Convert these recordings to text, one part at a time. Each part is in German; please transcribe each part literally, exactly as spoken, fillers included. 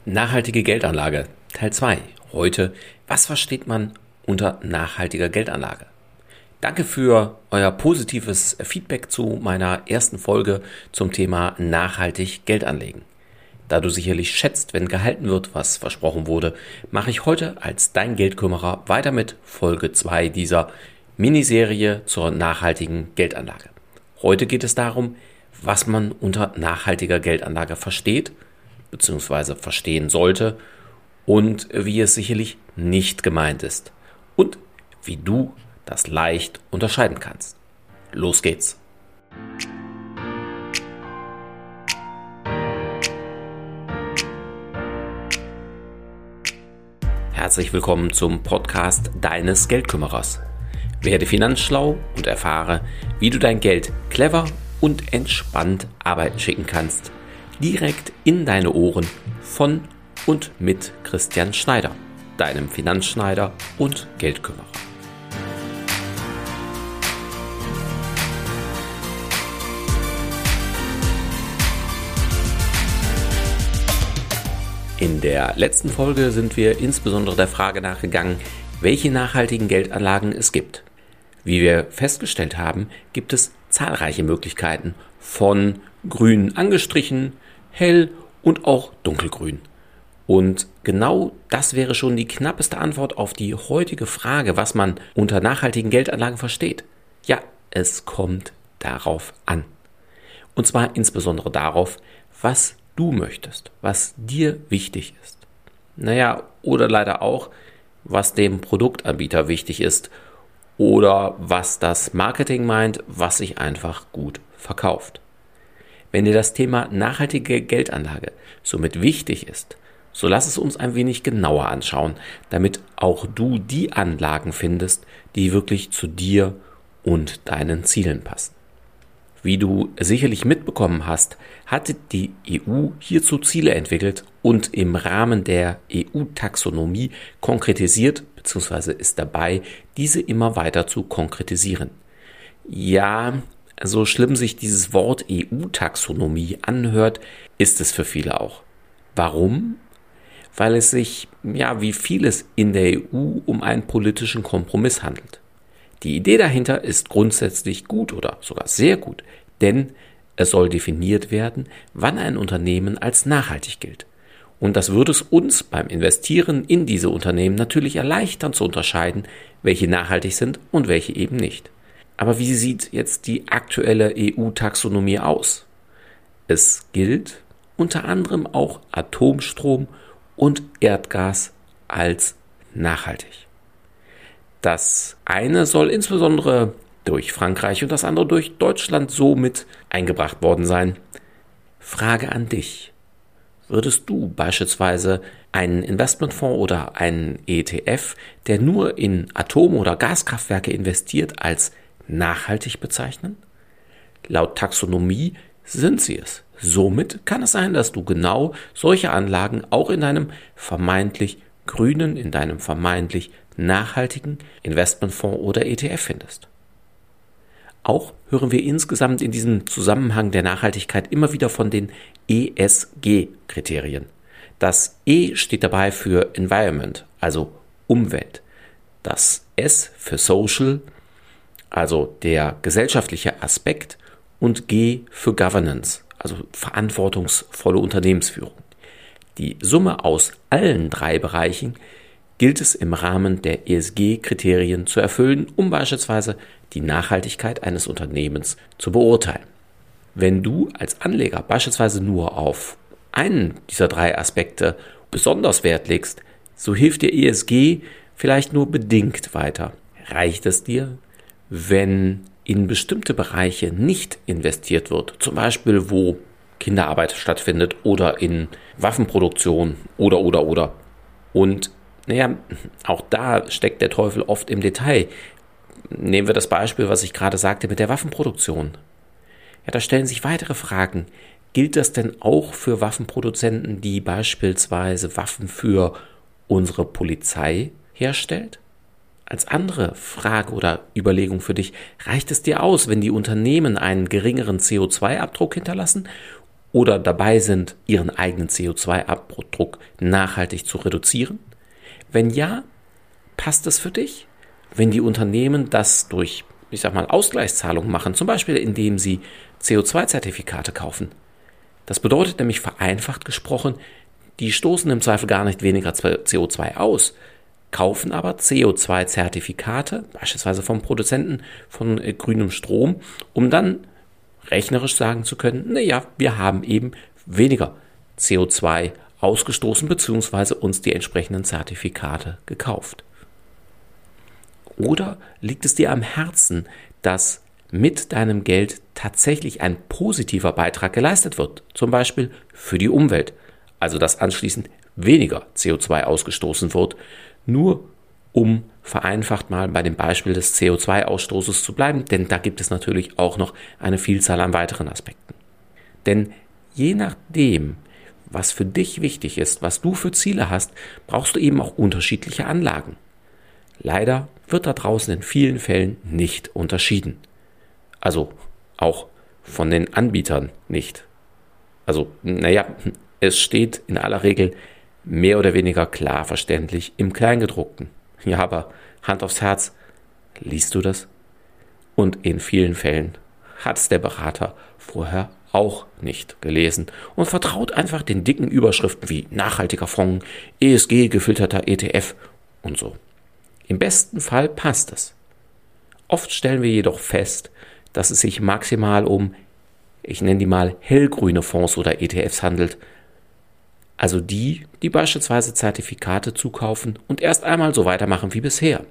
Nachhaltige Geldanlage, Teil zwei. Heute, was versteht man unter nachhaltiger Geldanlage? Danke für euer positives Feedback zu meiner ersten Folge zum Thema nachhaltig Geld anlegen. Da du sicherlich schätzt, wenn gehalten wird, was versprochen wurde, mache ich heute als dein Geldkümmerer weiter mit Folge zwei dieser Miniserie zur nachhaltigen Geldanlage. Heute geht es darum, was man unter nachhaltiger Geldanlage versteht bzw. verstehen sollte und wie es sicherlich nicht gemeint ist und wie du das leicht unterscheiden kannst. Los geht's! Herzlich willkommen zum Podcast deines Geldkümmerers. Werde finanzschlau und erfahre, wie du dein Geld clever und entspannt arbeiten schicken kannst. Direkt in deine Ohren von und mit Christian Schneider, deinem Finanzschneider und Geldkümmerer. In der letzten Folge sind wir insbesondere der Frage nachgegangen, welche nachhaltigen Geldanlagen es gibt. Wie wir festgestellt haben, gibt es zahlreiche Möglichkeiten von grün angestrichen, hell und auch dunkelgrün. Und genau das wäre schon die knappeste Antwort auf die heutige Frage, was man unter nachhaltigen Geldanlagen versteht. Ja, es kommt darauf an. Und zwar insbesondere darauf, was du möchtest, was dir wichtig ist. Naja, oder leider auch, was dem Produktanbieter wichtig ist oder was das Marketing meint, was sich einfach gut verkauft. Wenn dir das Thema nachhaltige Geldanlage somit wichtig ist, so lass es uns ein wenig genauer anschauen, damit auch du die Anlagen findest, die wirklich zu dir und deinen Zielen passen. Wie du sicherlich mitbekommen hast, hatte die E U hierzu Ziele entwickelt und im Rahmen der E U-Taxonomie konkretisiert bzw. ist dabei, diese immer weiter zu konkretisieren. Ja, so schlimm sich dieses Wort E U-Taxonomie anhört, ist es für viele auch. Warum? Weil es sich, ja, wie vieles in der E U um einen politischen Kompromiss handelt. Die Idee dahinter ist grundsätzlich gut oder sogar sehr gut, denn es soll definiert werden, wann ein Unternehmen als nachhaltig gilt. Und das würde es uns beim Investieren in diese Unternehmen natürlich erleichtern zu unterscheiden, welche nachhaltig sind und welche eben nicht. Aber wie sieht jetzt die aktuelle E U-Taxonomie aus? Es gilt unter anderem auch Atomstrom und Erdgas als nachhaltig. Das eine soll insbesondere durch Frankreich und das andere durch Deutschland so mit eingebracht worden sein. Frage an dich. Würdest du beispielsweise einen Investmentfonds oder einen E T F, der nur in Atom- oder Gaskraftwerke investiert, als nachhaltig bezeichnen? Laut Taxonomie sind sie es. Somit kann es sein, dass du genau solche Anlagen auch in deinem vermeintlich grünen, in deinem vermeintlich nachhaltigen Investmentfonds oder E T F findest. Auch hören wir insgesamt in diesem Zusammenhang der Nachhaltigkeit immer wieder von den E S G-Kriterien. Das E steht dabei für Environment, also Umwelt. Das S für Social, also der gesellschaftliche Aspekt, und G für Governance, also verantwortungsvolle Unternehmensführung. Die Summe aus allen drei Bereichen gilt es im Rahmen der E S G-Kriterien zu erfüllen, um beispielsweise die Nachhaltigkeit eines Unternehmens zu beurteilen. Wenn du als Anleger beispielsweise nur auf einen dieser drei Aspekte besonders Wert legst, so hilft dir E S G vielleicht nur bedingt weiter. Reicht es dir, wenn in bestimmte Bereiche nicht investiert wird, zum Beispiel wo Kinderarbeit stattfindet oder in Waffenproduktion oder oder oder. Und naja, auch da steckt der Teufel oft im Detail. Nehmen wir das Beispiel, was ich gerade sagte mit der Waffenproduktion. Ja, da stellen sich weitere Fragen. Gilt das denn auch für Waffenproduzenten, die beispielsweise Waffen für unsere Polizei herstellt? Als andere Frage oder Überlegung für dich, reicht es dir aus, wenn die Unternehmen einen geringeren C O zwei Abdruck hinterlassen oder dabei sind, ihren eigenen C O zwei Abdruck nachhaltig zu reduzieren? Wenn ja, passt es für dich? Wenn die Unternehmen das durch, ich sag mal, Ausgleichszahlungen machen, zum Beispiel indem sie C O zwei Zertifikate kaufen. Das bedeutet nämlich vereinfacht gesprochen, die stoßen im Zweifel gar nicht weniger C O zwei aus, kaufen aber C O zwei Zertifikate, beispielsweise vom Produzenten von äh, grünem Strom, um dann rechnerisch sagen zu können, naja, wir haben eben weniger C O zwei ausgestoßen bzw. uns die entsprechenden Zertifikate gekauft. Oder liegt es dir am Herzen, dass mit deinem Geld tatsächlich ein positiver Beitrag geleistet wird, zum Beispiel für die Umwelt, also dass anschließend weniger C O zwei ausgestoßen wird, nur um vereinfacht mal bei dem Beispiel des C O zwei Ausstoßes zu bleiben, denn da gibt es natürlich auch noch eine Vielzahl an weiteren Aspekten. Denn je nachdem, was für dich wichtig ist, was du für Ziele hast, brauchst du eben auch unterschiedliche Anlagen. Leider wird da draußen in vielen Fällen nicht unterschieden. Also auch von den Anbietern nicht. Also, naja, es steht in aller Regel mehr oder weniger klar verständlich im Kleingedruckten. Ja, aber Hand aufs Herz, liest du das? Und in vielen Fällen hat es der Berater vorher auch nicht gelesen und vertraut einfach den dicken Überschriften wie nachhaltiger Fonds, E S G gefilterter E T F und so. Im besten Fall passt es. Oft stellen wir jedoch fest, dass es sich maximal um, ich nenne die mal hellgrüne Fonds oder E T Fs handelt, also die, die beispielsweise Zertifikate zukaufen und erst einmal so weitermachen wie bisher.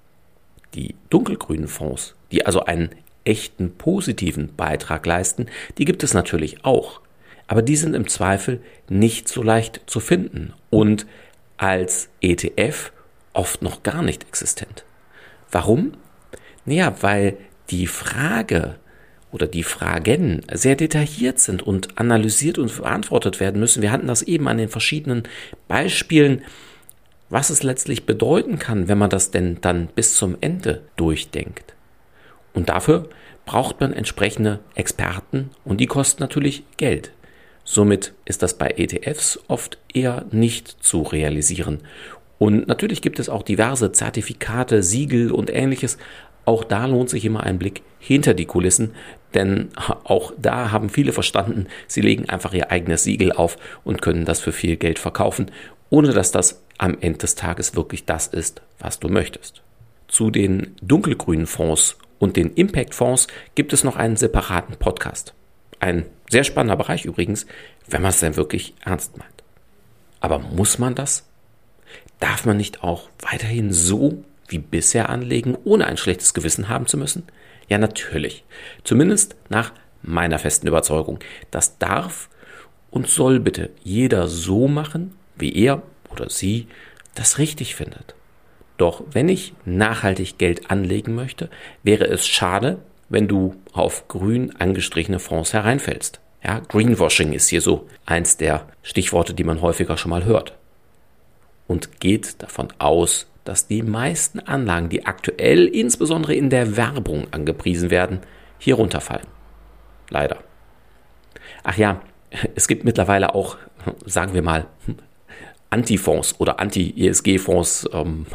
Die dunkelgrünen Fonds, die also einen echten positiven Beitrag leisten, die gibt es natürlich auch, aber die sind im Zweifel nicht so leicht zu finden und als E T F oft noch gar nicht existent. Warum? Naja, weil die Frage oder die Fragen sehr detailliert sind und analysiert und beantwortet werden müssen. Wir hatten das eben an den verschiedenen Beispielen, was es letztlich bedeuten kann, wenn man das denn dann bis zum Ende durchdenkt. Und dafür braucht man entsprechende Experten und die kosten natürlich Geld. Somit ist das bei E T Fs oft eher nicht zu realisieren. Und natürlich gibt es auch diverse Zertifikate, Siegel und Ähnliches. Auch da lohnt sich immer ein Blick hinter die Kulissen, denn auch da haben viele verstanden, sie legen einfach ihr eigenes Siegel auf und können das für viel Geld verkaufen, ohne dass das am Ende des Tages wirklich das ist, was du möchtest. Zu den dunkelgrünen Fonds und den Impact-Fonds gibt es noch einen separaten Podcast. Ein sehr spannender Bereich übrigens, wenn man es denn wirklich ernst meint. Aber muss man das? Darf man nicht auch weiterhin so wie bisher anlegen, ohne ein schlechtes Gewissen haben zu müssen? Ja, natürlich. Zumindest nach meiner festen Überzeugung. Das darf und soll bitte jeder so machen, wie er oder sie das richtig findet. Doch wenn ich nachhaltig Geld anlegen möchte, wäre es schade, wenn du auf grün angestrichene Fonds hereinfällst. Ja, Greenwashing ist hier so eins der Stichworte, die man häufiger schon mal hört. Und geht davon aus, dass die meisten Anlagen, die aktuell insbesondere in der Werbung angepriesen werden, hier runterfallen. Leider. Ach ja, es gibt mittlerweile auch, sagen wir mal, Anti-Fonds oder Anti-E S G-Fonds ähm,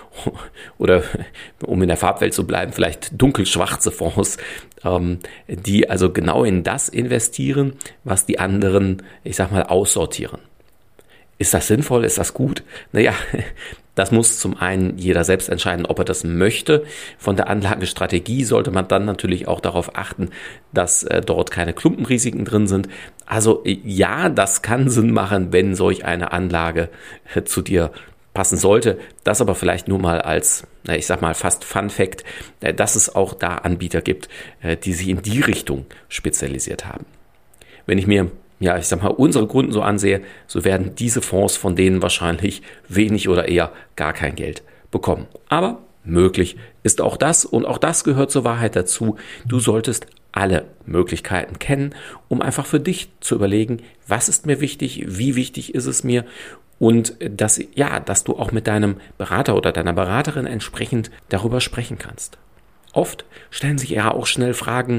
oder, um in der Farbwelt zu bleiben, vielleicht dunkelschwarze Fonds, ähm, die also genau in das investieren, was die anderen, ich sag mal, aussortieren. Ist das sinnvoll? Ist das gut? Naja, das muss zum einen jeder selbst entscheiden, ob er das möchte. Von der Anlagestrategie sollte man dann natürlich auch darauf achten, dass äh, dort keine Klumpenrisiken drin sind. Also ja, das kann Sinn machen, wenn solch eine Anlage äh, zu dir passen sollte. Das aber vielleicht nur mal als, na, ich sag mal fast Fun Fact, äh, dass es auch da Anbieter gibt, äh, die sich in die Richtung spezialisiert haben. Wenn ich mir Ja, ich sag mal, unsere Kunden so ansehe, so werden diese Fonds von denen wahrscheinlich wenig oder eher gar kein Geld bekommen. Aber möglich ist auch das und auch das gehört zur Wahrheit dazu. Du solltest alle Möglichkeiten kennen, um einfach für dich zu überlegen, was ist mir wichtig, wie wichtig ist es mir und dass, ja, dass du auch mit deinem Berater oder deiner Beraterin entsprechend darüber sprechen kannst. Oft stellen sich ja auch schnell Fragen,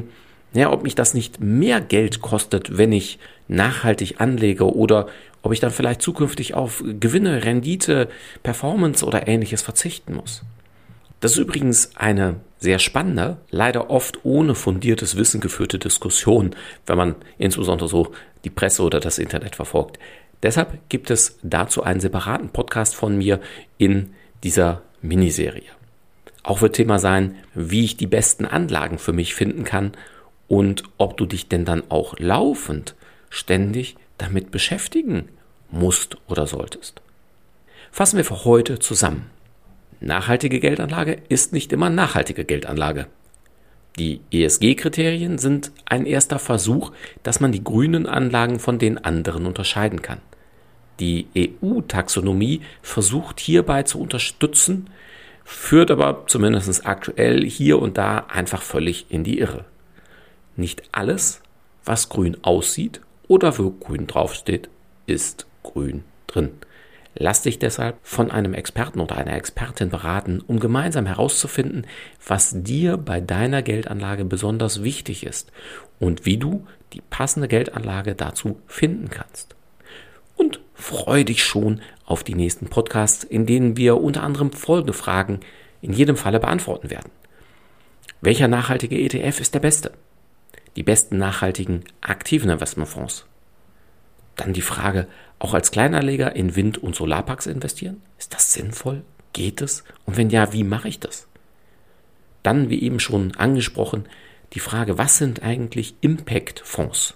ja, ob mich das nicht mehr Geld kostet, wenn ich nachhaltig anlege oder ob ich dann vielleicht zukünftig auf Gewinne, Rendite, Performance oder ähnliches verzichten muss. Das ist übrigens eine sehr spannende, leider oft ohne fundiertes Wissen geführte Diskussion, wenn man insbesondere so die Presse oder das Internet verfolgt. Deshalb gibt es dazu einen separaten Podcast von mir in dieser Miniserie. Auch wird Thema sein, wie ich die besten Anlagen für mich finden kann und ob du dich denn dann auch laufend ständig damit beschäftigen musst oder solltest. Fassen wir für heute zusammen. Nachhaltige Geldanlage ist nicht immer nachhaltige Geldanlage. Die E S G-Kriterien sind ein erster Versuch, dass man die grünen Anlagen von den anderen unterscheiden kann. Die E U-Taxonomie versucht hierbei zu unterstützen, führt aber zumindest aktuell hier und da einfach völlig in die Irre. Nicht alles, was grün aussieht oder wo grün draufsteht, ist grün drin. Lass dich deshalb von einem Experten oder einer Expertin beraten, um gemeinsam herauszufinden, was dir bei deiner Geldanlage besonders wichtig ist und wie du die passende Geldanlage dazu finden kannst. Und freu dich schon auf die nächsten Podcasts, in denen wir unter anderem folgende Fragen in jedem Falle beantworten werden. Welcher nachhaltige E T F ist der beste? Die besten nachhaltigen aktiven Investmentfonds. Dann die Frage, auch als Kleinanleger in Wind- und Solarparks investieren? Ist das sinnvoll? Geht es? Und wenn ja, wie mache ich das? Dann, wie eben schon angesprochen, die Frage, was sind eigentlich Impact-Fonds?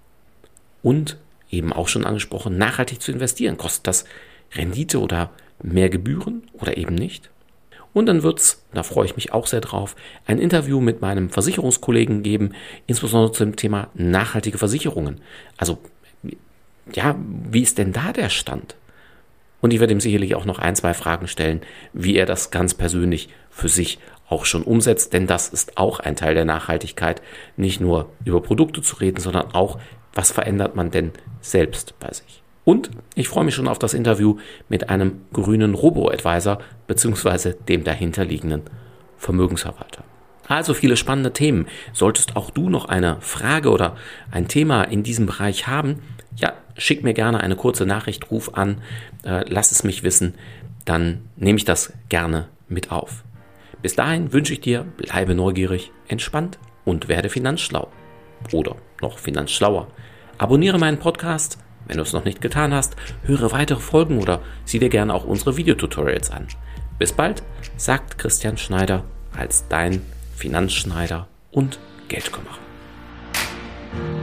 Und eben auch schon angesprochen, nachhaltig zu investieren. Kostet das Rendite oder mehr Gebühren oder eben nicht? Und dann wird es, da freue ich mich auch sehr drauf, ein Interview mit meinem Versicherungskollegen geben, insbesondere zum Thema nachhaltige Versicherungen. Also, ja, wie ist denn da der Stand? Und ich werde ihm sicherlich auch noch ein, zwei Fragen stellen, wie er das ganz persönlich für sich auch schon umsetzt, denn das ist auch ein Teil der Nachhaltigkeit, nicht nur über Produkte zu reden, sondern auch, was verändert man denn selbst bei sich. Und ich freue mich schon auf das Interview mit einem grünen Robo-Advisor bzw. dem dahinterliegenden Vermögensverwalter. Also viele spannende Themen. Solltest auch du noch eine Frage oder ein Thema in diesem Bereich haben, ja, schick mir gerne eine kurze Nachricht, ruf an, äh, lass es mich wissen, dann nehme ich das gerne mit auf. Bis dahin wünsche ich dir, bleibe neugierig, entspannt und werde finanzschlau. Oder noch finanzschlauer. Abonniere meinen Podcast, wenn du es noch nicht getan hast, höre weitere Folgen oder sieh dir gerne auch unsere Videotutorials an. Bis bald, sagt Christian Schneider als dein Finanzschneider und Geldkocher.